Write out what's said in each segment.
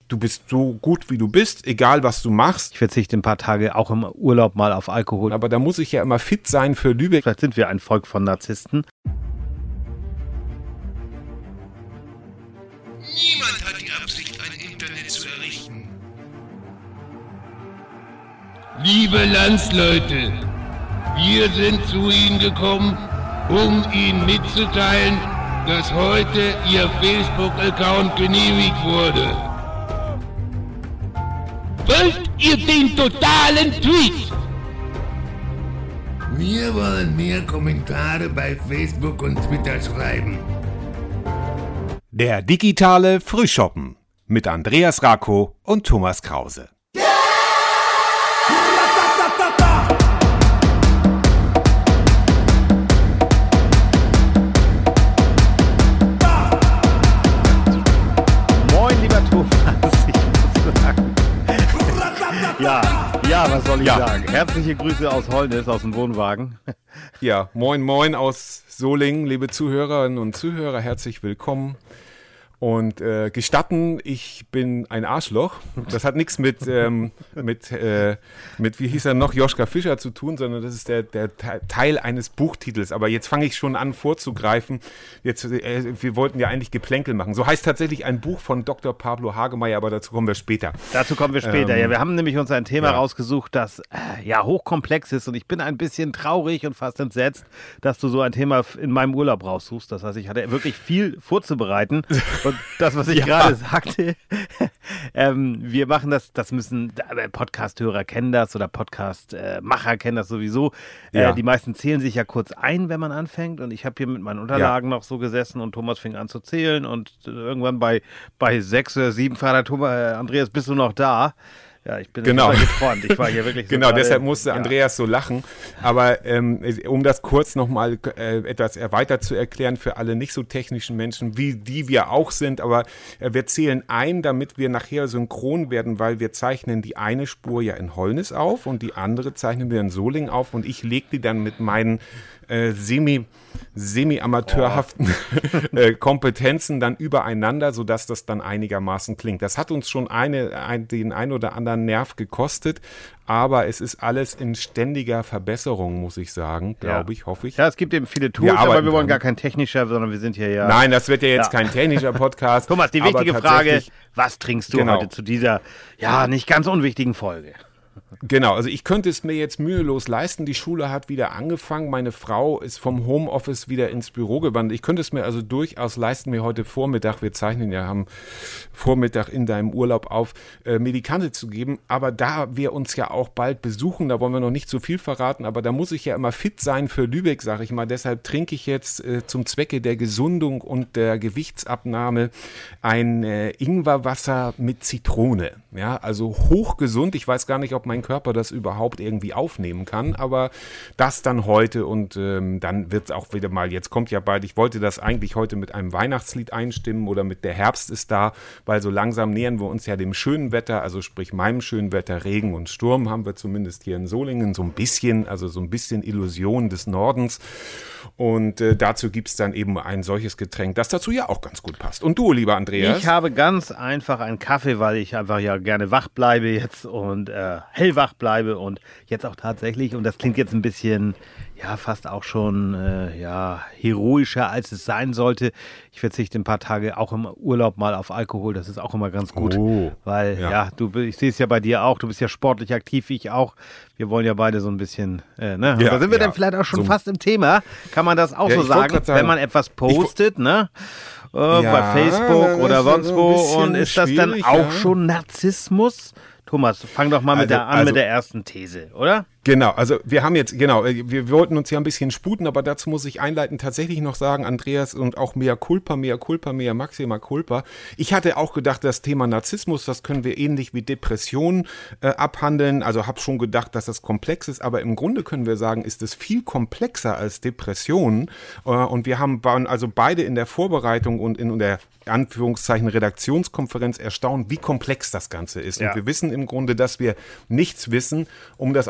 du bist so gut, wie du bist, egal was du machst. Ich verzichte ein paar Tage auch im Urlaub mal auf Alkohol. Aber da muss ich ja immer fit sein für Lübeck. Vielleicht sind wir ein Volk von Narzissten. Niemand hat die Absicht, ein Internet zu errichten. Liebe Landsleute, wir sind zu Ihnen gekommen, um Ihnen mitzuteilen, dass heute Ihr Facebook-Account genehmigt wurde. Wollt ihr den totalen Tweet? Wir wollen mehr Kommentare bei Facebook und Twitter schreiben. Der digitale Frühschoppen mit Andreas Rako und Thomas Krause. Moin, lieber Thomas, ich muss sagen. Ja, was soll ich sagen? Herzliche Grüße aus Holnis, aus dem Wohnwagen. Ja, moin aus Solingen, liebe Zuhörerinnen und Zuhörer, herzlich willkommen. Und gestatten, ich bin ein Arschloch. Das hat nichts mit wie hieß er noch, Joschka Fischer zu tun, sondern das ist der Teil eines Buchtitels. Aber jetzt fange ich schon an vorzugreifen. Wir wollten ja eigentlich Geplänkel machen. So heißt tatsächlich ein Buch von Dr. Pablo Hagemeyer, aber dazu kommen wir später. Ja, wir haben nämlich uns ein Thema rausgesucht, das hochkomplex ist. Und ich bin ein bisschen traurig und fast entsetzt, dass du so ein Thema in meinem Urlaub raussuchst. Das heißt, ich hatte wirklich viel vorzubereiten. Und das, was ich gerade sagte, wir machen das müssen, Podcast-Hörer kennen das oder Podcast-Macher kennen das sowieso. Die meisten zählen sich ja kurz ein, wenn man anfängt. Und ich habe hier mit meinen Unterlagen noch so gesessen und Thomas fing an zu zählen. Und irgendwann bei 6 oder 7 fragte Andreas, bist du noch da? Ja, ich bin genau geträumt. Ich war hier wirklich so genau, deshalb musste Andreas so lachen. Aber um das kurz nochmal etwas erweitert zu erklären für alle nicht so technischen Menschen, wie die wir auch sind, aber wir zählen ein, damit wir nachher synchron werden, weil wir zeichnen die eine Spur ja in Holnis auf und die andere zeichnen wir in Solingen auf und ich lege die dann mit meinen semi-amateurhaften Kompetenzen dann übereinander, sodass das dann einigermaßen klingt. Das hat uns schon den ein oder anderen Nerv gekostet, aber es ist alles in ständiger Verbesserung, muss ich sagen, glaube ich, hoffe ich. Ja, es gibt eben viele Tools, aber wir wollen gar kein technischer, sondern wir sind hier ja... Nein, das wird ja jetzt kein technischer Podcast. Thomas, die wichtige Frage, was trinkst du heute zu dieser, nicht ganz unwichtigen Folge? Genau, also ich könnte es mir jetzt mühelos leisten. Die Schule hat wieder angefangen. Meine Frau ist vom Homeoffice wieder ins Büro gewandert. Ich könnte es mir also durchaus leisten, mir heute Vormittag, wir zeichnen ja am Vormittag in deinem Urlaub auf, Medikamente zu geben. Aber da wir uns ja auch bald besuchen, da wollen wir noch nicht so viel verraten, aber da muss ich ja immer fit sein für Lübeck, sage ich mal. Deshalb trinke ich jetzt zum Zwecke der Gesundung und der Gewichtsabnahme ein Ingwerwasser mit Zitrone. Ja, also hochgesund. Ich weiß gar nicht, ob mein Körper das überhaupt irgendwie aufnehmen kann, aber das dann heute und dann wird es auch wieder mal, jetzt kommt ja bald, ich wollte das eigentlich heute mit einem Weihnachtslied einstimmen oder mit Der Herbst ist da, weil so langsam nähern wir uns ja dem schönen Wetter, also sprich meinem schönen Wetter, Regen und Sturm haben wir zumindest hier in Solingen, so ein bisschen Illusion des Nordens und dazu gibt es dann eben ein solches Getränk, das dazu ja auch ganz gut passt. Und du, lieber Andreas? Ich habe ganz einfach einen Kaffee, weil ich einfach gerne wach bleibe jetzt und hellwach bleibe und jetzt auch tatsächlich, und das klingt jetzt ein bisschen, fast auch schon, heroischer, als es sein sollte. Ich verzichte ein paar Tage auch im Urlaub mal auf Alkohol, das ist auch immer ganz gut, weil, ich sehe es ja bei dir auch, du bist ja sportlich aktiv, wie ich auch. Wir wollen ja beide so ein bisschen, da sind wir dann vielleicht auch schon fast im Thema, kann man das auch so sagen, wenn man etwas postet, bei Facebook oder sonst wo, und ist das dann auch schon Narzissmus? Thomas, fang doch mal mit der ersten These, oder? Genau, also wir wollten uns ja ein bisschen sputen, aber dazu muss ich einleitend tatsächlich noch sagen, Andreas, und auch mea culpa, maxima culpa. Ich hatte auch gedacht, das Thema Narzissmus, das können wir ähnlich wie Depression abhandeln, also habe schon gedacht, dass das komplex ist, aber im Grunde können wir sagen, ist es viel komplexer als Depressionen und wir waren also beide in der Vorbereitung und in der Anführungszeichen Redaktionskonferenz erstaunt, wie komplex das Ganze ist. Und wir wissen im Grunde, dass wir nichts wissen, um das auf den Punkt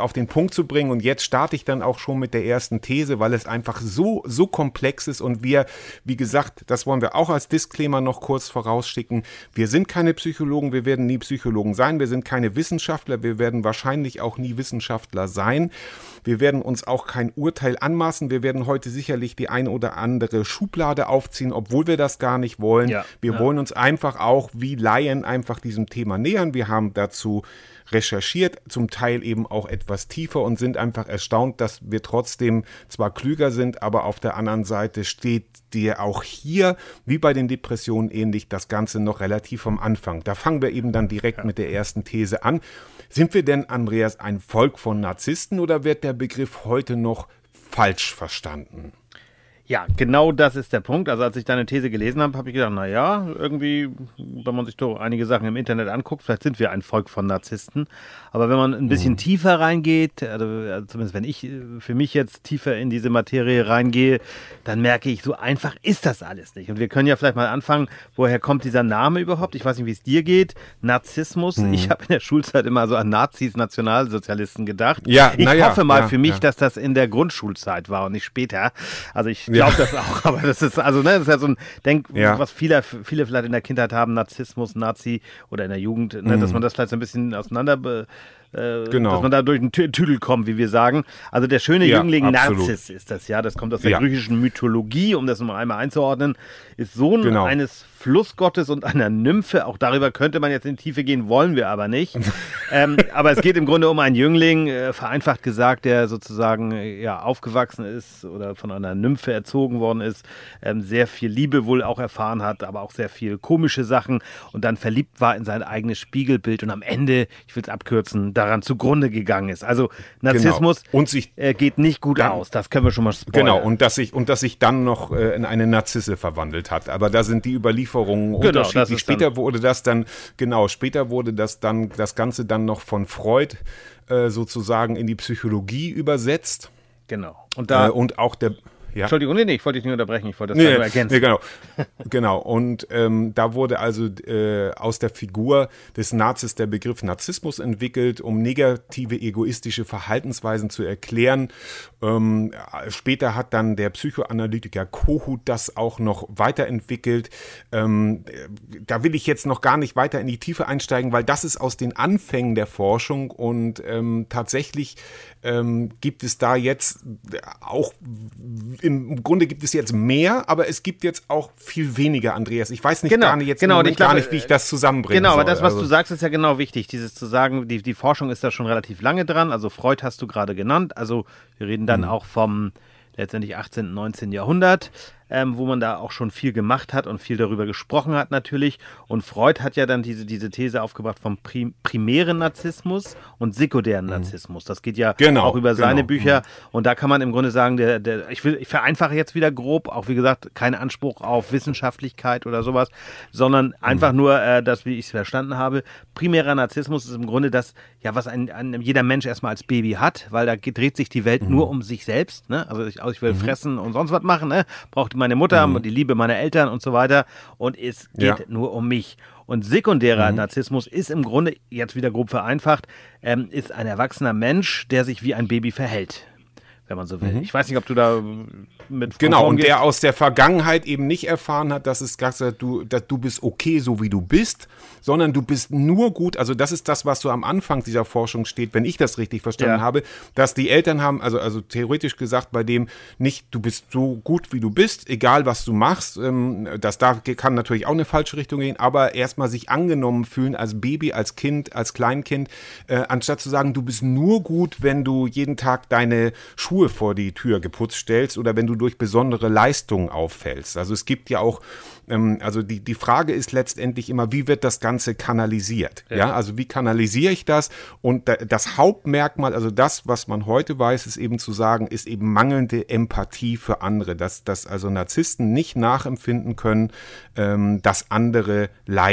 Punkt zu bringen. Und jetzt starte ich dann auch schon mit der ersten These, weil es einfach so komplex ist und wir, wie gesagt, das wollen wir auch als Disclaimer noch kurz vorausschicken, wir sind keine Psychologen, wir werden nie Psychologen sein, wir sind keine Wissenschaftler, wir werden wahrscheinlich auch nie Wissenschaftler sein. Wir werden uns auch kein Urteil anmaßen. Wir werden heute sicherlich die eine oder andere Schublade aufziehen, obwohl wir das gar nicht wollen. Wir wollen uns einfach auch wie Laien einfach diesem Thema nähern. Wir haben dazu recherchiert, zum Teil eben auch etwas tiefer und sind einfach erstaunt, dass wir trotzdem zwar klüger sind, aber auf der anderen Seite steht dir auch hier, wie bei den Depressionen ähnlich, das Ganze noch relativ am Anfang. Da fangen wir eben dann direkt mit der ersten These an. Sind wir denn, Andreas, ein Volk von Narzissten oder wird der Begriff heute noch falsch verstanden? Ja, genau das ist der Punkt. Also als ich deine These gelesen habe, habe ich gedacht, naja, irgendwie, wenn man sich doch einige Sachen im Internet anguckt, vielleicht sind wir ein Volk von Narzissten. Aber wenn man ein bisschen tiefer reingeht, also zumindest wenn ich für mich jetzt tiefer in diese Materie reingehe, dann merke ich, so einfach ist das alles nicht. Und wir können ja vielleicht mal anfangen, woher kommt dieser Name überhaupt? Ich weiß nicht, wie es dir geht. Narzissmus. Ich habe in der Schulzeit immer so an Nazis, Nationalsozialisten gedacht. Ja, ich hoffe mal für mich, dass das in der Grundschulzeit war und nicht später. Also ich glaube das auch, aber das ist also, ne, das ist ja so ein was viele vielleicht in der Kindheit haben, Narzissmus, Nazi oder in der Jugend, ne, dass man das vielleicht so ein bisschen auseinander dass man da durch den Tüdel kommt, wie wir sagen. Also der schöne Jüngling Narziss ist das, das kommt aus der griechischen Mythologie, um das mal einmal einzuordnen, ist Sohn eines Flussgottes und einer Nymphe. Auch darüber könnte man jetzt in die Tiefe gehen, wollen wir aber nicht. Aber es geht im Grunde um einen Jüngling, vereinfacht gesagt, der sozusagen aufgewachsen ist oder von einer Nymphe erzogen worden ist, sehr viel Liebe wohl auch erfahren hat, aber auch sehr viel komische Sachen und dann verliebt war in sein eigenes Spiegelbild und am Ende, ich will es abkürzen, daran zugrunde gegangen ist. Also Narzissmus und sich geht nicht gut aus, das können wir schon mal spoilern. Genau, und dass sich dann noch in eine Narzisse verwandelt hat. Aber da sind die Überlieferungen unterschiedlich. Später wurde das Ganze dann noch von Freud sozusagen in die Psychologie übersetzt. Genau. Und auch der... Ja. Entschuldigung, nee, ich wollte dich nicht unterbrechen, ich wollte das nur ergänzen. Genau. Und da wurde also aus der Figur des Narzis der Begriff Narzissmus entwickelt, um negative, egoistische Verhaltensweisen zu erklären. Später hat dann der Psychoanalytiker Kohut das auch noch weiterentwickelt. Da will ich jetzt noch gar nicht weiter in die Tiefe einsteigen, weil das ist aus den Anfängen der Forschung und tatsächlich gibt es da jetzt auch, im Grunde gibt es jetzt mehr, aber es gibt jetzt auch viel weniger, Andreas. Ich weiß nicht gar nicht, wie ich das zusammenbringen soll. Aber das, was du sagst, ist ja genau wichtig, dieses zu sagen, die Forschung ist da schon relativ lange dran, also Freud hast du gerade genannt, also wir reden dann auch vom letztendlich 18., 19. Jahrhundert, wo man da auch schon viel gemacht hat und viel darüber gesprochen hat natürlich. Und Freud hat ja dann diese These aufgebracht vom primären Narzissmus und sekundären Narzissmus. Das geht ja auch über seine Bücher. Und da kann man im Grunde sagen, ich vereinfache jetzt wieder grob, auch wie gesagt, kein Anspruch auf Wissenschaftlichkeit oder sowas, sondern einfach nur, das, wie ich es verstanden habe, primärer Narzissmus ist im Grunde das, was jeder Mensch erstmal als Baby hat, weil da dreht sich die Welt nur um sich selbst. Ne? Also ich will fressen und sonst was machen, ne? Braucht meine Mutter, die Liebe meiner Eltern und so weiter. Und es geht nur um mich. Und sekundärer Narzissmus ist im Grunde, jetzt wieder grob vereinfacht, ist ein erwachsener Mensch, der sich wie ein Baby verhält, wenn man so will. Ich weiß nicht, ob du da mit Genau, und der aus der Vergangenheit eben nicht erfahren hat, dass du bist okay, so wie du bist, sondern du bist nur gut, also das ist das, was so am Anfang dieser Forschung steht, wenn ich das richtig verstanden habe, dass die Eltern haben, also theoretisch gesagt, bei dem nicht, du bist so gut, wie du bist, egal was du machst, kann natürlich auch eine falsche Richtung gehen, aber erstmal sich angenommen fühlen als Baby, als Kind, als Kleinkind, anstatt zu sagen, du bist nur gut, wenn du jeden Tag deine Schuhe vor die Tür geputzt stellst oder wenn du durch besondere Leistungen auffällst. Also es gibt ja auch, also die Frage ist letztendlich immer, wie wird das Ganze kanalisiert? Ja, also wie kanalisiere ich das? Und das Hauptmerkmal, also das, was man heute weiß, ist eben zu sagen, ist eben mangelnde Empathie für andere, dass also Narzissten nicht nachempfinden können, dass andere leiden.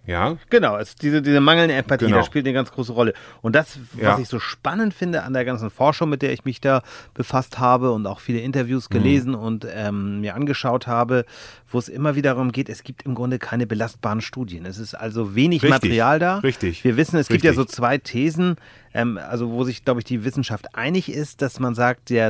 Ja. Genau, diese mangelnde Empathie, Genau. das spielt eine ganz große Rolle. Und das, Ja. was ich so spannend finde an der ganzen Forschung, mit der ich mich da befasst habe und auch viele Interviews gelesen und mir angeschaut habe, wo es immer wieder darum geht, es gibt im Grunde keine belastbaren Studien. Es ist also wenig Richtig, Material da. richtig, Wir wissen, es gibt ja so richtig. 2 Thesen, also wo sich, glaube ich, die Wissenschaft einig ist, dass man sagt, der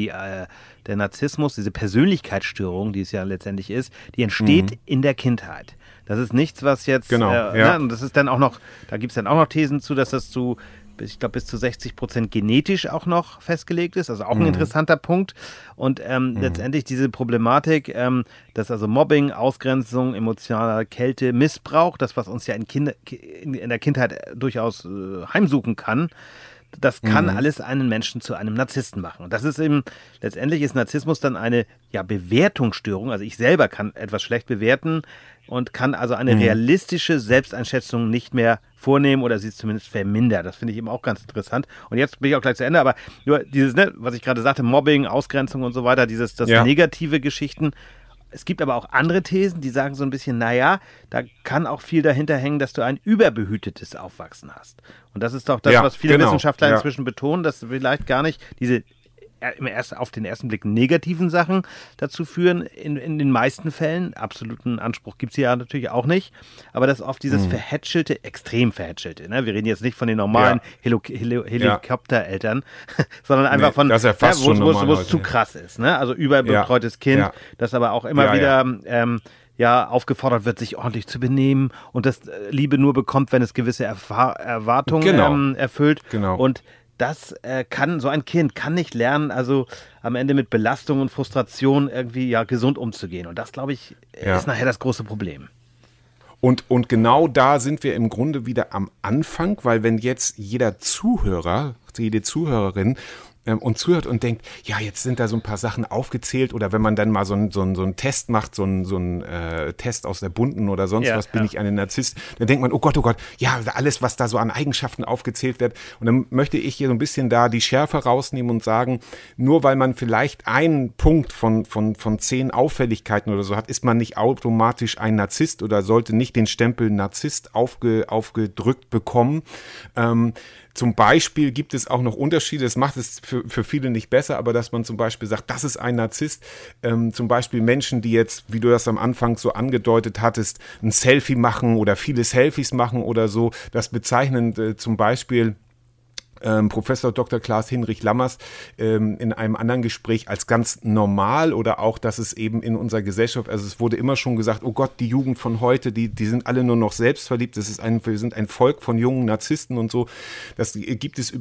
Narzissmus, diese Persönlichkeitsstörung, die es ja letztendlich ist, die entsteht in der Kindheit. Das ist nichts, was jetzt, Genau, ja. und das ist dann auch noch, da gibt es dann auch noch Thesen zu, dass das ich glaube, bis zu 60% genetisch auch noch festgelegt ist, also auch ein interessanter Punkt. Und letztendlich diese Problematik, dass also Mobbing, Ausgrenzung, emotionaler Kälte, Missbrauch, das, was uns ja in der Kindheit durchaus heimsuchen kann, das kann alles einen Menschen zu einem Narzissten machen. Und das ist eben, letztendlich ist Narzissmus dann eine Bewertungsstörung. Also ich selber kann etwas schlecht bewerten und kann also eine realistische Selbsteinschätzung nicht mehr vornehmen oder sie zumindest vermindern. Das finde ich eben auch ganz interessant. Und jetzt bin ich auch gleich zu Ende, aber nur dieses, was ich gerade sagte, Mobbing, Ausgrenzung und so weiter, das negative Geschichten. Es gibt aber auch andere Thesen, die sagen so ein bisschen, naja, da kann auch viel dahinter hängen, dass du ein überbehütetes Aufwachsen hast. Und das ist doch das, was viele Wissenschaftler inzwischen betonen, dass vielleicht gar nicht diese auf den ersten Blick negativen Sachen dazu führen, in den meisten Fällen, absoluten Anspruch gibt es hier ja natürlich auch nicht, aber dass oft dieses verhätschelte, extrem verhätschelte, ne? Wir reden jetzt nicht von den normalen Helikoptereltern, sondern einfach von, das ist ja fast schon normal wo es heute, zu krass ist, ne? Also überbetreutes Kind, das aber auch immer wieder aufgefordert wird, sich ordentlich zu benehmen und das Liebe nur bekommt, wenn es gewisse Erwartungen erfüllt. Genau. Und das so ein Kind kann nicht lernen, also am Ende mit Belastung und Frustration irgendwie gesund umzugehen. Und das, glaube ich, ist nachher das große Problem. Und genau da sind wir im Grunde wieder am Anfang, weil wenn jetzt jeder Zuhörer, jede Zuhörerin und zuhört und denkt, ja, jetzt sind da so ein paar Sachen aufgezählt oder wenn man dann mal so einen Test macht, so einen Test aus der Bunten oder sonst was, bin ich ein Narzisst, dann denkt man, oh Gott, ja, alles, was da so an Eigenschaften aufgezählt wird. Und dann möchte ich hier so ein bisschen da die Schärfe rausnehmen und sagen, nur weil man vielleicht einen Punkt von 10 Auffälligkeiten oder so hat, ist man nicht automatisch ein Narzisst oder sollte nicht den Stempel Narzisst aufgedrückt bekommen. Zum Beispiel gibt es auch noch Unterschiede, das macht es für viele nicht besser, aber dass man zum Beispiel sagt, das ist ein Narzisst, zum Beispiel Menschen, die jetzt, wie du das am Anfang so angedeutet hattest, ein Selfie machen oder viele Selfies machen oder so, das bezeichnen zum Beispiel Professor Dr. Klaas-Hinrich Lammers in einem anderen Gespräch als ganz normal oder auch, dass es eben in unserer Gesellschaft, also es wurde immer schon gesagt, oh Gott, die Jugend von heute, die sind alle nur noch selbstverliebt, wir sind ein Volk von jungen Narzissten und so. Das gibt es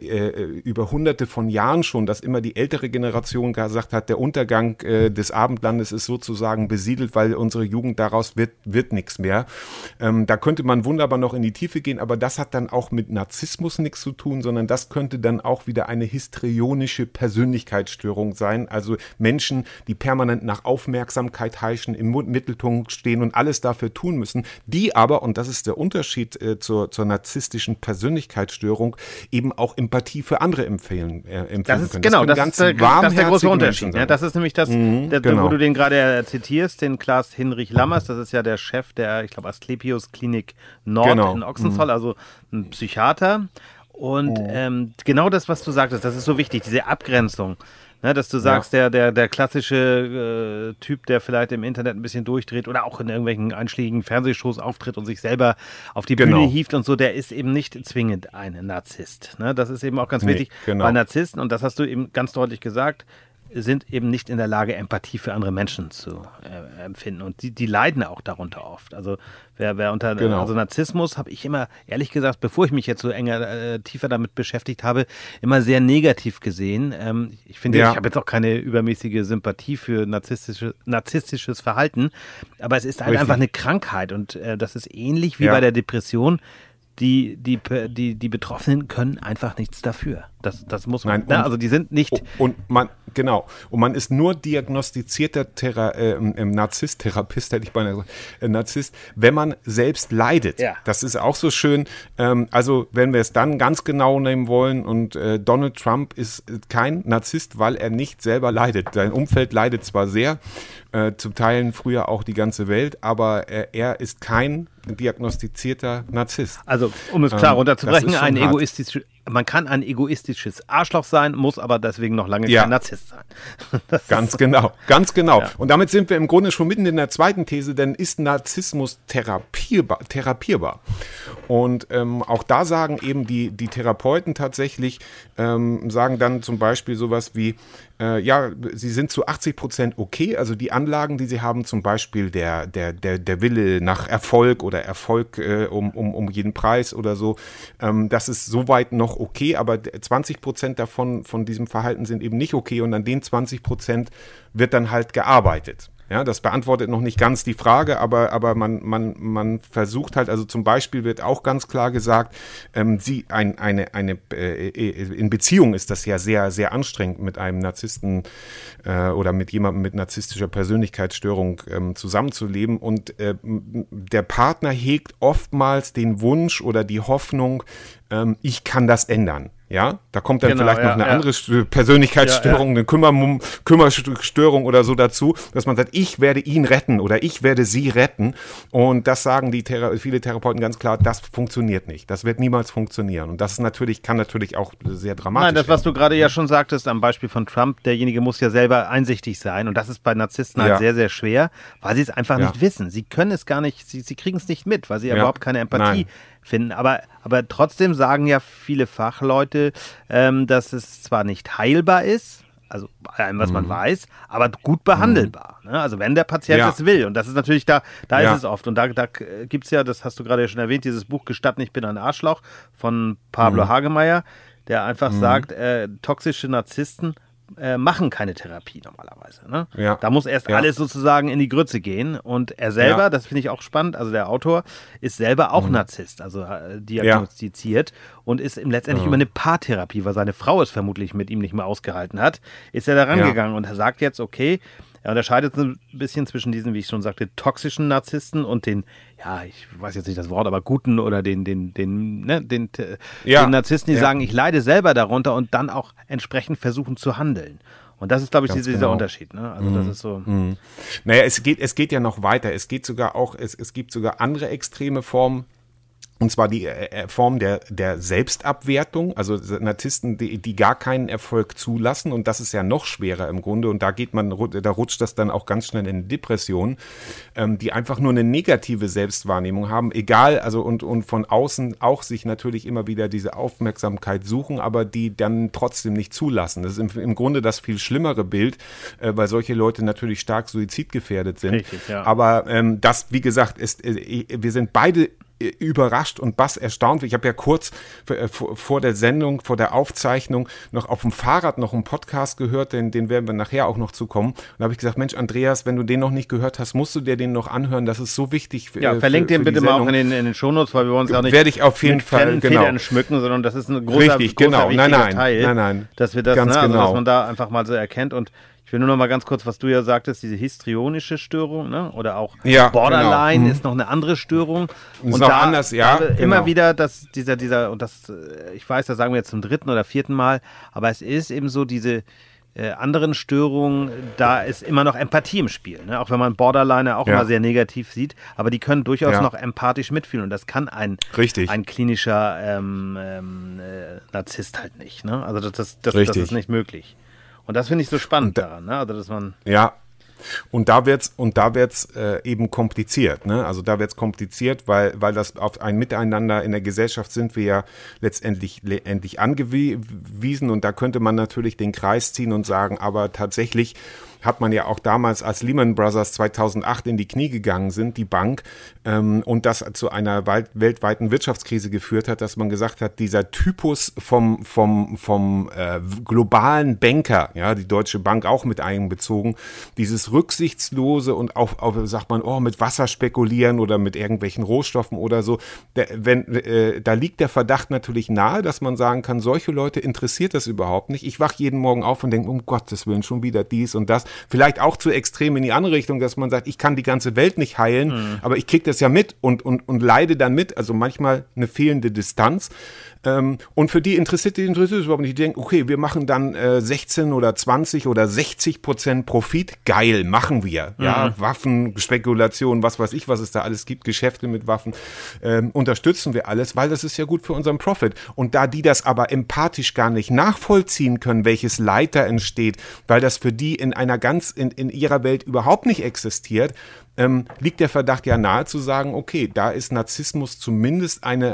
über hunderte von Jahren schon, dass immer die ältere Generation gesagt hat, der Untergang des Abendlandes ist sozusagen besiedelt, weil unsere Jugend daraus wird nichts mehr. Da könnte man wunderbar noch in die Tiefe gehen, aber das hat dann auch mit Narzissmus nichts zu tun, sondern das könnte dann auch wieder eine histrionische Persönlichkeitsstörung sein. Also Menschen, die permanent nach Aufmerksamkeit heischen, im Mittelpunkt stehen und alles dafür tun müssen, die aber, und das ist der Unterschied zur narzisstischen Persönlichkeitsstörung, eben auch Empathie für andere empfinden Das ist, können. Genau, das ist der große Unterschied. Ja, das ist nämlich das, genau. Wo du den gerade zitierst, den Klaas-Hinrich Lammers, das ist ja der Chef der, ich glaube, Asklepios Klinik Nord in Ochsenzoll, also ein Psychiater. Und genau das, was du sagtest, das ist so wichtig, diese Abgrenzung. Ne, dass du sagst, der klassische Typ, der vielleicht im Internet ein bisschen durchdreht oder auch in irgendwelchen einschlägigen Fernsehshows auftritt und sich selber auf die Bühne hieft und so, der ist eben nicht zwingend ein Narzisst. Ne? Das ist eben auch ganz wichtig, weil Narzissten, und das hast du eben ganz deutlich gesagt, sind eben nicht in der Lage, Empathie für andere Menschen zu empfinden. Und die leiden auch darunter oft. Also wer unter also Narzissmus, habe ich immer, ehrlich gesagt, bevor ich mich jetzt so tiefer damit beschäftigt habe, immer sehr negativ gesehen. Ich finde, ich habe jetzt auch keine übermäßige Sympathie für narzisstisches Verhalten, aber es ist halt einfach eine Krankheit und das ist ähnlich wie bei der Depression. Die Betroffenen können einfach nichts dafür. Das muss man. Nein, Also die sind nicht. Und man ist nur diagnostizierter Narzisst, Therapist, hätte ich beinahe gesagt, Narzisst, wenn man selbst leidet. Ja. Das ist auch so schön. Also wenn wir es dann ganz genau nehmen wollen und Donald Trump ist kein Narzisst, weil er nicht selber leidet. Sein Umfeld leidet zwar sehr, zum Teilen früher auch die ganze Welt, aber er ist kein diagnostizierter Narzisst. Also, um es klar runterzubrechen, man kann ein egoistisches Arschloch sein, muss aber deswegen noch lange kein Narzisst sein. Ganz genau. Ja. Und damit sind wir im Grunde schon mitten in der zweiten These, denn ist Narzissmus therapierbar? Und auch da sagen eben die Therapeuten tatsächlich, sagen dann zum Beispiel sowas wie, sie sind zu 80% okay, also die Anlagen, die sie haben, zum Beispiel der Wille nach Erfolg oder Erfolg um jeden Preis oder so, das ist soweit noch okay, aber 20% davon, von diesem Verhalten sind eben nicht okay und an den 20% wird dann halt gearbeitet. Ja, das beantwortet noch nicht ganz die Frage, aber man versucht halt, also zum Beispiel wird auch ganz klar gesagt, in Beziehung ist das ja sehr, sehr anstrengend, mit einem Narzissten oder mit jemandem mit narzisstischer Persönlichkeitsstörung zusammenzuleben und der Partner hegt oftmals den Wunsch oder die Hoffnung, ich kann das ändern. Ja, da kommt dann vielleicht noch eine andere Persönlichkeitsstörung, eine Kümmerstörung oder so dazu, dass man sagt, ich werde ihn retten oder ich werde sie retten. Und das sagen viele Therapeuten ganz klar, das funktioniert nicht. Das wird niemals funktionieren. Und das ist kann natürlich auch sehr dramatisch sein. Nein, das, was du gerade ja schon sagtest, am Beispiel von Trump, derjenige muss ja selber einsichtig sein. Und das ist bei Narzissten halt sehr, sehr schwer, weil sie es einfach nicht wissen. Sie können es gar nicht, sie kriegen es nicht mit, weil sie überhaupt keine Empathie finden. Aber trotzdem sagen ja viele Fachleute, dass es zwar nicht heilbar ist, also bei allem, was man weiß, aber gut behandelbar. Ne? Also wenn der Patient es will. Und das ist natürlich, da ist es oft. Und da gibt es ja, das hast du gerade ja schon erwähnt, dieses Buch Gestatten, ich bin ein Arschloch von Pablo Hagemeyer, der einfach sagt, toxische Narzissten machen keine Therapie normalerweise. Ne? Ja. Da muss erst alles sozusagen in die Grütze gehen. Und er selber, das finde ich auch spannend, also der Autor ist selber auch Narzisst, also diagnostiziert und ist letztendlich über eine Paartherapie, weil seine Frau es vermutlich mit ihm nicht mehr ausgehalten hat, ist er da rangegangen und er sagt jetzt, okay, er unterscheidet ein bisschen zwischen diesen, wie ich schon sagte, toxischen Narzissten und den, ich weiß jetzt nicht das Wort, aber guten oder den Narzissten, die sagen, ich leide selber darunter und dann auch entsprechend versuchen zu handeln. Und das ist, glaube ich, dieser Unterschied. Ne? Also das ist so. Naja, es geht ja noch weiter. Es gibt sogar andere extreme Formen. Und zwar die Form der Selbstabwertung, also Narzissten, die gar keinen Erfolg zulassen. Und das ist ja noch schwerer im Grunde. Und da rutscht das dann auch ganz schnell in Depressionen, die einfach nur eine negative Selbstwahrnehmung haben. Egal, also und von außen auch sich natürlich immer wieder diese Aufmerksamkeit suchen, aber die dann trotzdem nicht zulassen. Das ist im Grunde das viel schlimmere Bild, weil solche Leute natürlich stark suizidgefährdet sind. Richtig, ja. Aber das, wie gesagt, wir sind beide überrascht und erstaunt. Ich habe ja kurz vor der Sendung, vor der Aufzeichnung noch auf dem Fahrrad noch einen Podcast gehört, den werden wir nachher auch noch zukommen. Und da habe ich gesagt, Mensch, Andreas, wenn du den noch nicht gehört hast, musst du dir den noch anhören. Das ist so wichtig. Verlink den bitte mal auch in den Shownotes, weil wir wollen uns ja nicht werde ich auf jeden Fall Federn schmücken, sondern das ist ein großer wichtiger Teil. Nein. Dass wir das, also, dass man da einfach mal so erkennt. Und ich will nur noch mal ganz kurz, was du ja sagtest, diese histrionische Störung, ne? Oder auch Borderline ist noch eine andere Störung. Und da anders, immer wieder, dass dieser, und das, ich weiß, das sagen wir jetzt zum 3. oder 4. Mal, aber es ist eben so, diese anderen Störungen, da ist immer noch Empathie im Spiel. Ne? Auch wenn man Borderliner auch immer sehr negativ sieht, aber die können durchaus noch empathisch mitfühlen. Und das kann ein klinischer Narzisst halt nicht. Ne? Also das ist nicht möglich. Und das finde ich so spannend daran, ne? Also dass man und da wird's eben kompliziert, ne? Also da wird's kompliziert, weil das auf ein Miteinander in der Gesellschaft sind wir ja letztendlich angewiesen und da könnte man natürlich den Kreis ziehen und sagen, aber tatsächlich hat man ja auch damals, als Lehman Brothers 2008 in die Knie gegangen sind, die Bank, und das zu einer weltweiten Wirtschaftskrise geführt hat, dass man gesagt hat, dieser Typus vom globalen Banker, ja, die Deutsche Bank auch mit einbezogen, dieses rücksichtslose und auf sagt man, mit Wasser spekulieren oder mit irgendwelchen Rohstoffen oder so, da liegt der Verdacht natürlich nahe, dass man sagen kann, solche Leute interessiert das überhaupt nicht. Ich wache jeden Morgen auf und denke, um Gottes Willen, schon wieder dies und das. Vielleicht auch zu extrem in die andere Richtung, dass man sagt, ich kann die ganze Welt nicht heilen, aber ich kriege das ja mit und leide dann mit. Also manchmal eine fehlende Distanz. Und für die interessiert es überhaupt nicht. Die denken, okay, wir machen dann 16 oder 20 oder 60% Profit. Geil, machen wir. Ja, Waffen, Spekulation, was weiß ich, was es da alles gibt, Geschäfte mit Waffen, unterstützen wir alles, weil das ist ja gut für unseren Profit. Und da die das aber empathisch gar nicht nachvollziehen können, welches Leid da entsteht, weil das für die in ihrer Welt überhaupt nicht existiert, liegt der Verdacht ja nahe zu sagen, okay, da ist Narzissmus zumindest ein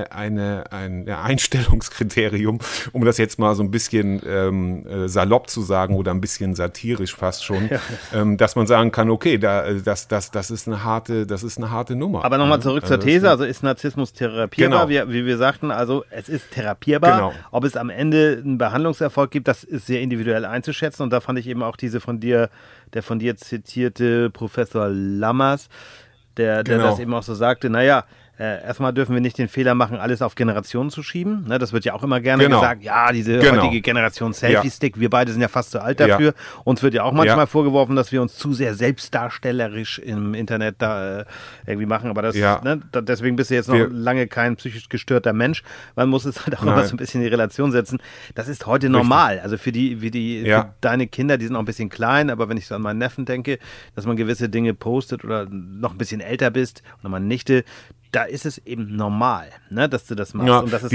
Einstellungskriterium, um das jetzt mal so ein bisschen salopp zu sagen oder ein bisschen satirisch fast schon, dass man sagen kann, okay, das ist eine harte Nummer. Aber nochmal zurück zur These, also ist Narzissmus therapierbar, genau. wie wir sagten, also es ist therapierbar, genau. Ob es am Ende einen Behandlungserfolg gibt, das ist sehr individuell einzuschätzen und da fand ich eben auch der von dir zitierte Professor Lammers, der das eben auch so sagte, naja, erstmal dürfen wir nicht den Fehler machen, alles auf Generationen zu schieben. Ne, das wird ja auch immer gerne gesagt, ja, diese heutige Generation Selfie-Stick, wir beide sind ja fast zu alt dafür. Uns wird ja auch manchmal vorgeworfen, dass wir uns zu sehr selbstdarstellerisch im Internet da irgendwie machen. Aber deswegen bist du jetzt noch lange kein psychisch gestörter Mensch. Man muss es halt auch immer so ein bisschen in die Relation setzen. Das ist heute normal. Also für deine Kinder, die sind noch ein bisschen klein, aber wenn ich so an meinen Neffen denke, dass man gewisse Dinge postet oder noch ein bisschen älter bist oder meine Nichte, da ist es eben normal, ne, dass du das machst. Ja, und das ist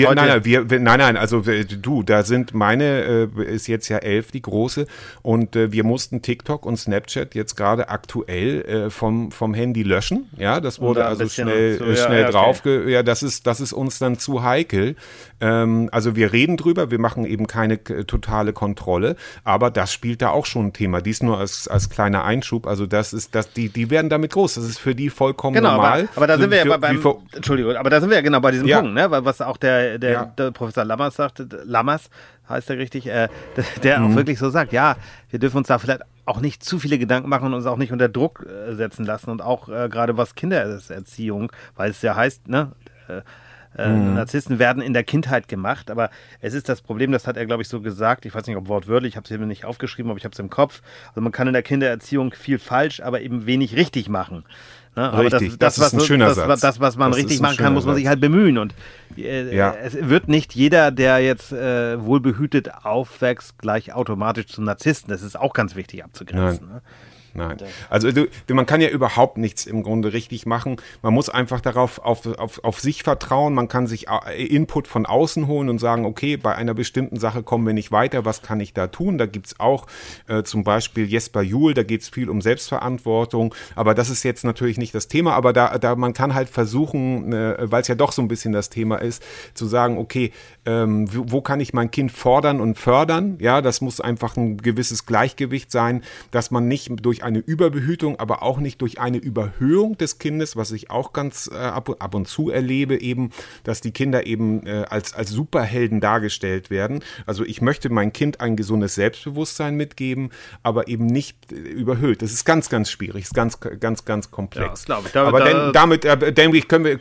da sind ist jetzt ja 11, die Große, und wir mussten TikTok und Snapchat jetzt gerade aktuell vom Handy löschen. Ja, das wurde also schnell drauf. Ja, das ist uns dann zu heikel. Also wir reden drüber, wir machen eben keine totale Kontrolle, aber das spielt da auch schon ein Thema. Dies nur als kleiner Einschub. Also die werden damit groß. Das ist für die vollkommen normal. Aber da sind wir ja Entschuldigung, aber da sind wir ja genau bei diesem Punkt, ne? Was auch der Professor Lammers sagte, Lammers heißt er richtig, der auch wirklich so sagt, ja, wir dürfen uns da vielleicht auch nicht zu viele Gedanken machen und uns auch nicht unter Druck setzen lassen und auch gerade was Kindererziehung, weil es ja heißt, ne, Narzissten werden in der Kindheit gemacht, aber es ist das Problem, das hat er, glaube ich, so gesagt, ich weiß nicht, ob wortwörtlich, ich habe es mir nicht aufgeschrieben, aber ich habe es im Kopf, also man kann in der Kindererziehung viel falsch, aber eben wenig richtig machen. Ne? Aber richtig, das ist ein schöner Satz. Das, was man richtig machen kann, muss man sich halt bemühen. Und es wird nicht jeder, der jetzt wohlbehütet aufwächst, gleich automatisch zum Narzissten. Das ist auch ganz wichtig abzugrenzen. Ne? Nein. Also man kann ja überhaupt nichts im Grunde richtig machen. Man muss einfach auf sich vertrauen. Man kann sich Input von außen holen und sagen, okay, bei einer bestimmten Sache kommen wir nicht weiter. Was kann ich da tun? Da gibt's auch zum Beispiel Jesper Juhl, da geht's viel um Selbstverantwortung. Aber das ist jetzt natürlich nicht das Thema. Aber da man kann halt versuchen, weil es ja doch so ein bisschen das Thema ist, zu sagen, okay, wo kann ich mein Kind fordern und fördern? Ja, das muss einfach ein gewisses Gleichgewicht sein, dass man nicht durch eine Überbehütung, aber auch nicht durch eine Überhöhung des Kindes, was ich auch ganz ab und zu erlebe, eben, dass die Kinder eben als Superhelden dargestellt werden. Also ich möchte mein Kind ein gesundes Selbstbewusstsein mitgeben, aber eben nicht überhöht. Das ist ganz, ganz schwierig, ist ganz, ganz, ganz komplex. Ja, glaube ich. Aber damit denke ich, können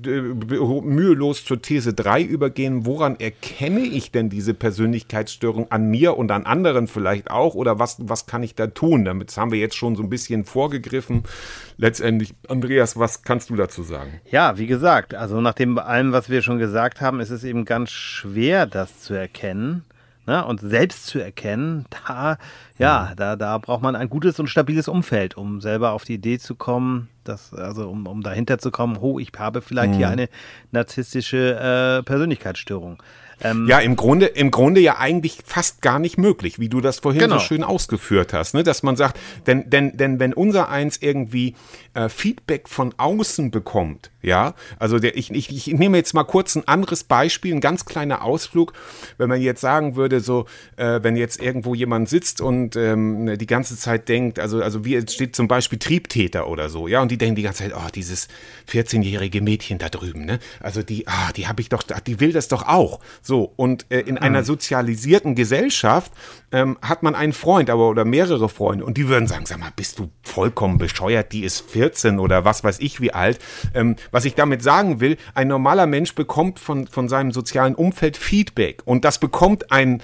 wir mühelos zur These 3 übergehen. Woran erkenne ich denn diese Persönlichkeitsstörung an mir und an anderen vielleicht auch? Oder was kann ich da tun? Damit haben wir jetzt schon so ein bisschen vorgegriffen. Letztendlich, Andreas, was kannst du dazu sagen? Ja, wie gesagt, also nach allem, was wir schon gesagt haben, ist es eben ganz schwer, das zu erkennen. Ne? Und selbst zu erkennen, da braucht man ein gutes und stabiles Umfeld, um selber auf die Idee zu kommen, um dahinter zu kommen, ich habe vielleicht hier eine narzisstische Persönlichkeitsstörung. Ja, im Grunde ja eigentlich fast gar nicht möglich, wie du das vorhin so schön ausgeführt hast, ne? Dass man sagt, denn wenn unser Eins irgendwie Feedback von außen bekommt, ja, also ich nehme jetzt mal kurz ein anderes Beispiel, ein ganz kleiner Ausflug, wenn man jetzt sagen würde, so, wenn jetzt irgendwo jemand sitzt und die ganze Zeit denkt, also wie es steht zum Beispiel Triebtäter oder so, ja, und die denken die ganze Zeit, oh, dieses 14-jährige Mädchen da drüben, ne, also die habe ich doch, die will das doch auch, so, und in einer sozialisierten Gesellschaft hat man einen Freund, oder mehrere Freunde, und die würden sagen, sag mal, bist du vollkommen bescheuert, die ist 14 oder was weiß ich wie alt. Was ich damit sagen will, ein normaler Mensch bekommt von seinem sozialen Umfeld Feedback, und das bekommt ein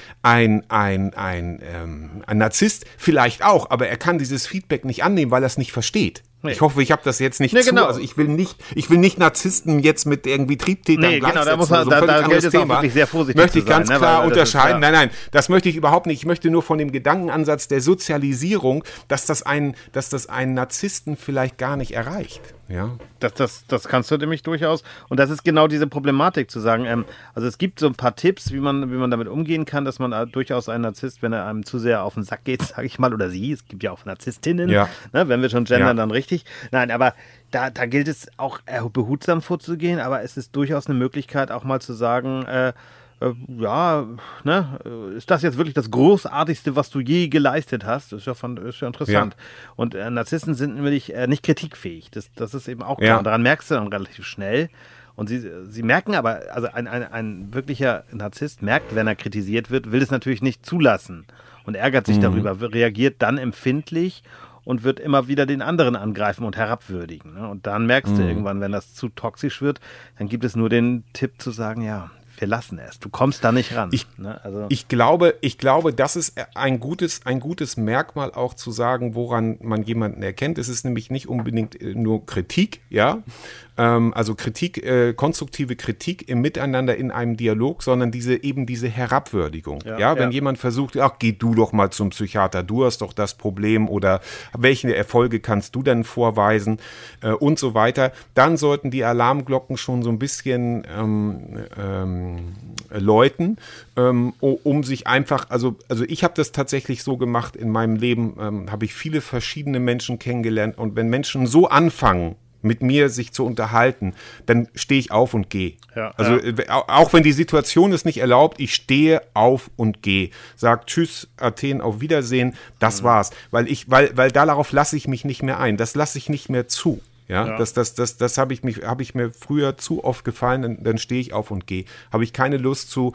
Narzisst vielleicht auch, aber er kann dieses Feedback nicht annehmen, weil er es nicht versteht. Nee. Ich hoffe, ich habe das jetzt nicht genau. Also ich will nicht Narzissten jetzt mit irgendwie Triebtätern gleichsetzen. Da muss man, da gilt es auch wirklich sehr vorsichtig möchte ich ganz klar unterscheiden. Ist, Nein, das möchte ich überhaupt nicht. Ich möchte nur von dem Gedankenansatz der Sozialisierung, dass das einen Narzissten vielleicht gar nicht erreicht. Ja. Das kannst du nämlich durchaus. Und das ist genau diese Problematik zu sagen. Also es gibt so ein paar Tipps, wie man damit umgehen kann, dass man durchaus einen Narzisst, wenn er einem zu sehr auf den Sack geht, sage ich mal, oder sie, es gibt ja auch Narzisstinnen, ne, wenn wir schon gendern, dann richtig. Nein, aber da gilt es auch behutsam vorzugehen, aber es ist durchaus eine Möglichkeit, auch mal zu sagen, ist das jetzt wirklich das Großartigste, was du je geleistet hast? Das ist ja interessant. Ja. Und Narzissten sind nämlich nicht kritikfähig. Das ist eben auch klar. Ja. Und daran merkst du dann relativ schnell. Und sie merken aber, also ein wirklicher Narzisst merkt, wenn er kritisiert wird, will es natürlich nicht zulassen und ärgert sich darüber, reagiert dann empfindlich und wird immer wieder den anderen angreifen und herabwürdigen. Ne? Und dann merkst du irgendwann, wenn das zu toxisch wird, dann gibt es nur den Tipp zu sagen, ja, wir lassen es. Du kommst da nicht ran. Ich glaube, das ist ein gutes Merkmal auch zu sagen, woran man jemanden erkennt. Es ist nämlich nicht unbedingt nur Kritik, ja. Also konstruktive Kritik im Miteinander in einem Dialog, sondern diese Herabwürdigung. Ja, wenn jemand versucht, ach, geh du doch mal zum Psychiater, du hast doch das Problem oder welche Erfolge kannst du denn vorweisen und so weiter, dann sollten die Alarmglocken schon so ein bisschen läuten, um sich einfach, also ich habe das tatsächlich so gemacht in meinem Leben, habe ich viele verschiedene Menschen kennengelernt, und wenn Menschen so anfangen, mit mir sich zu unterhalten, dann stehe ich auf und gehe. Auch wenn die Situation es nicht erlaubt, ich stehe auf und gehe. Sag tschüss, Athen, auf Wiedersehen, das war's. Weil darauf lasse ich mich nicht mehr ein. Das lasse ich nicht mehr zu. Ja. Das habe ich mir früher zu oft gefallen, dann stehe ich auf und gehe. Habe ich keine Lust zu,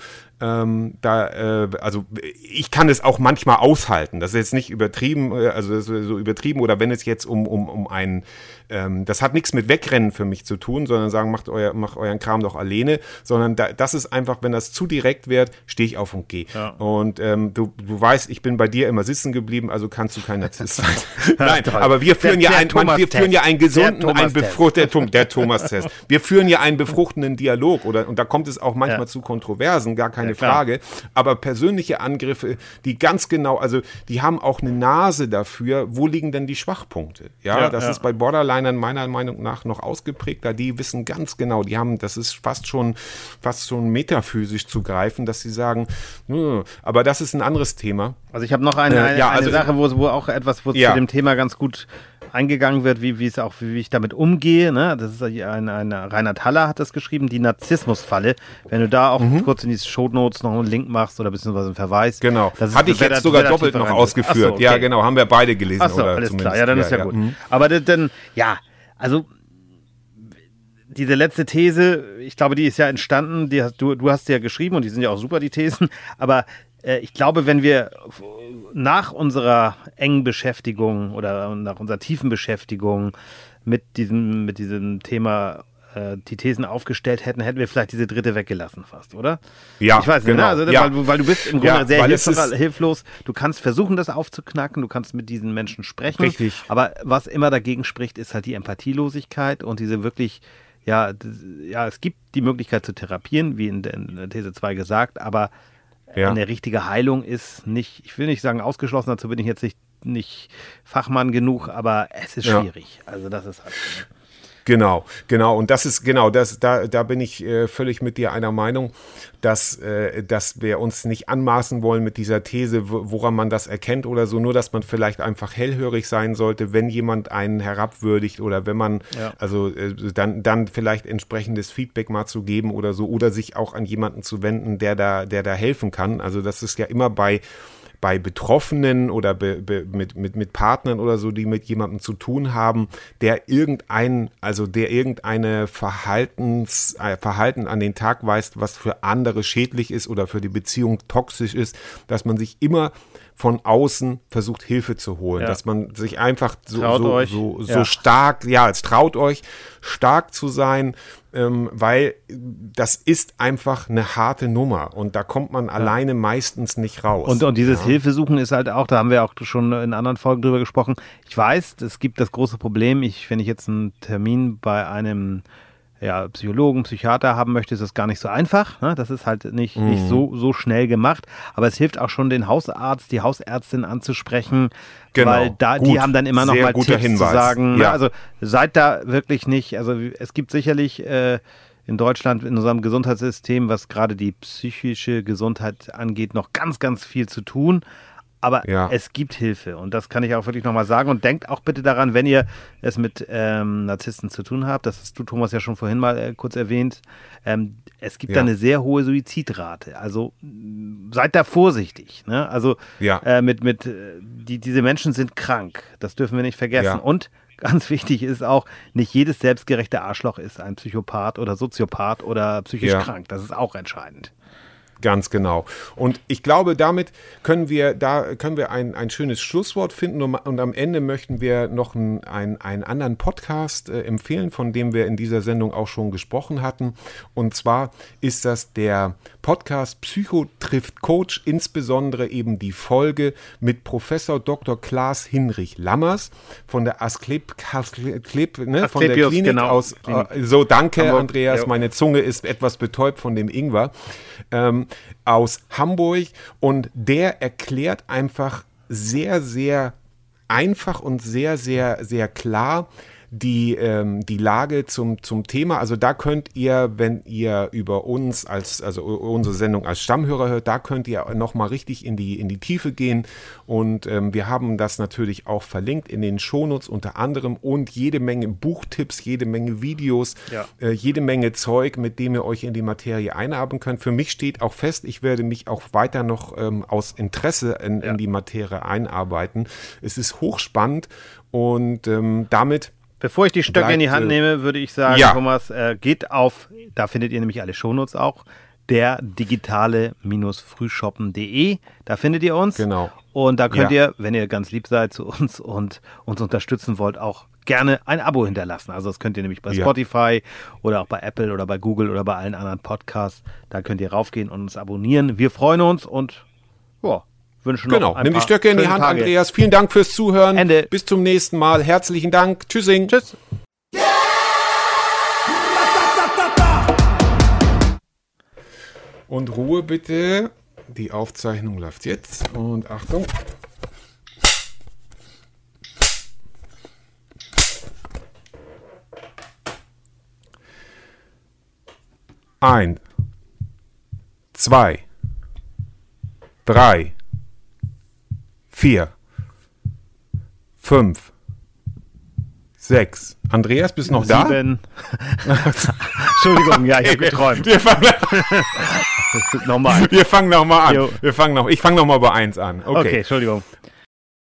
also ich kann es auch manchmal aushalten. Das ist jetzt nicht übertrieben, also so übertrieben, oder wenn es jetzt um einen, das hat nichts mit Wegrennen für mich zu tun, sondern sagen, macht euren Kram doch alleine, sondern das ist einfach, wenn das zu direkt wird, stehe ich auf und gehe. Ja. Und du weißt, ich bin bei dir immer sitzen geblieben, also kannst du kein Narzisst sein. Nein, aber wir führen ja einen gesunden, der Thomas-Test. Wir führen ja einen befruchtenden Dialog, und da kommt es auch manchmal zu Kontroversen, gar keine Frage. Aber persönliche Angriffe, die ganz genau, also die haben auch eine Nase dafür, wo liegen denn die Schwachpunkte? Das ist bei Borderlinern meiner Meinung nach noch ausgeprägter. Die wissen ganz genau, das ist fast schon metaphysisch zu greifen, dass sie sagen, aber das ist ein anderes Thema. Also ich habe noch eine Sache, wo auch etwas, zu dem Thema ganz gut eingegangen wird, wie ich damit umgehe. Ne? Das ist Reinhard Haller hat das geschrieben, die Narzissmusfalle. Wenn du da auch kurz in die Shownotes noch einen Link machst oder beziehungsweise einen Verweis. Genau. Hatte ich jetzt sogar doppelt noch ausgeführt. So, okay. Ja, genau. Haben wir beide gelesen. Achso, alles klar. Ja, dann ist ja gut. Aber dann, also diese letzte These, ich glaube, die ist ja entstanden, du hast sie ja geschrieben und die sind ja auch super, die Thesen, aber ich glaube, wenn wir nach unserer engen Beschäftigung oder nach unserer tiefen Beschäftigung mit diesem Thema die Thesen aufgestellt hätten wir vielleicht diese dritte weggelassen fast, oder? Ja, ich weiß nicht, genau. Ne? Also, weil du bist im Grunde sehr hilflos. Du kannst versuchen, das aufzuknacken, du kannst mit diesen Menschen sprechen. Richtig. Aber was immer dagegen spricht, ist halt die Empathielosigkeit und diese wirklich, es gibt die Möglichkeit zu therapieren, wie in der These 2 gesagt, aber eine richtige Heilung ist nicht, ich will nicht sagen ausgeschlossen, dazu bin ich jetzt nicht Fachmann genug, aber es ist schwierig. Also das ist halt Genau. Und das ist, da bin ich völlig mit dir einer Meinung, dass wir uns nicht anmaßen wollen mit dieser These, woran man das erkennt oder so, nur dass man vielleicht einfach hellhörig sein sollte, wenn jemand einen herabwürdigt oder wenn man, dann vielleicht entsprechendes Feedback mal zu geben oder so, oder sich auch an jemanden zu wenden, der da helfen kann. Also das ist ja immer bei Betroffenen oder mit Partnern oder so, die mit jemandem zu tun haben, der irgendeine Verhalten an den Tag weist, was für andere schädlich ist oder für die Beziehung toxisch ist, dass man sich immer von außen versucht, Hilfe zu holen, dass man sich einfach so stark, es traut euch, stark zu sein, weil das ist einfach eine harte Nummer und da kommt man alleine meistens nicht raus. Und dieses Hilfesuchen ist halt auch, da haben wir auch schon in anderen Folgen drüber gesprochen. Ich weiß, es gibt das große Problem, wenn ich jetzt einen Termin bei einem Psychologen, Psychiater haben möchte, ist das gar nicht so einfach. Ne? Das ist halt nicht so schnell gemacht. Aber es hilft auch schon, den Hausarzt, die Hausärztin anzusprechen, weil die haben dann immer noch mal Tipps Hinweis. Zu sagen. Ja. Ne? Also seid da wirklich nicht, also es gibt sicherlich in Deutschland, in unserem Gesundheitssystem, was gerade die psychische Gesundheit angeht, noch ganz, ganz viel zu tun. Aber es gibt Hilfe und das kann ich auch wirklich nochmal sagen und denkt auch bitte daran, wenn ihr es mit Narzissten zu tun habt, das hast du, Thomas, ja schon vorhin mal kurz erwähnt, es gibt da eine sehr hohe Suizidrate, also seid da vorsichtig, ne? Also diese Menschen sind krank, das dürfen wir nicht vergessen und ganz wichtig ist auch, nicht jedes selbstgerechte Arschloch ist ein Psychopath oder Soziopath oder psychisch krank, das ist auch entscheidend. Ganz genau. Und ich glaube, damit können wir ein schönes Schlusswort finden und am Ende möchten wir noch einen anderen Podcast empfehlen, von dem wir in dieser Sendung auch schon gesprochen hatten. Und zwar ist das der Podcast Psycho trifft Coach, insbesondere eben die Folge mit Professor Dr. Klaas Hinrich Lammers von der Asklepios von der Klinik aus. Danke, Hamburg. Andreas, meine Zunge ist etwas betäubt von dem Ingwer. Aus Hamburg und der erklärt einfach sehr, sehr einfach und sehr, sehr, sehr klar die Lage zum Thema. Also da könnt ihr, wenn ihr über uns also unsere Sendung als Stammhörer hört, da könnt ihr nochmal richtig in die Tiefe gehen und wir haben das natürlich auch verlinkt in den Shownotes unter anderem und jede Menge Buchtipps, jede Menge Videos, jede Menge Zeug, mit dem ihr euch in die Materie einarbeiten könnt. Für mich steht auch fest, ich werde mich auch weiter noch aus Interesse in die Materie einarbeiten. Es ist hochspannend und damit bevor ich die Stöcke in die Hand nehme, würde ich sagen, Thomas, geht auf, da findet ihr nämlich alle Shownotes auch, der digitale-frühshoppen.de, da findet ihr uns. Genau. Und da könnt ihr, wenn ihr ganz lieb seid zu uns und uns unterstützen wollt, auch gerne ein Abo hinterlassen. Also das könnt ihr nämlich bei Spotify oder auch bei Apple oder bei Google oder bei allen anderen Podcasts, da könnt ihr raufgehen und uns abonnieren. Wir freuen uns und wünschen noch ein nimm die Stöcke in die Hand, Tage. Andreas. Vielen Dank fürs Zuhören. Ende. Bis zum nächsten Mal. Herzlichen Dank. Tschüssing. Tschüss. Und Ruhe bitte. Die Aufzeichnung läuft jetzt. Und Achtung. Ein, 2, 3, 4, 5, 6. Andreas, bist du noch 7. Da? Entschuldigung, ich habe geträumt. Wir fangen nochmal an. Ich fange nochmal bei 1 an. Okay, Entschuldigung.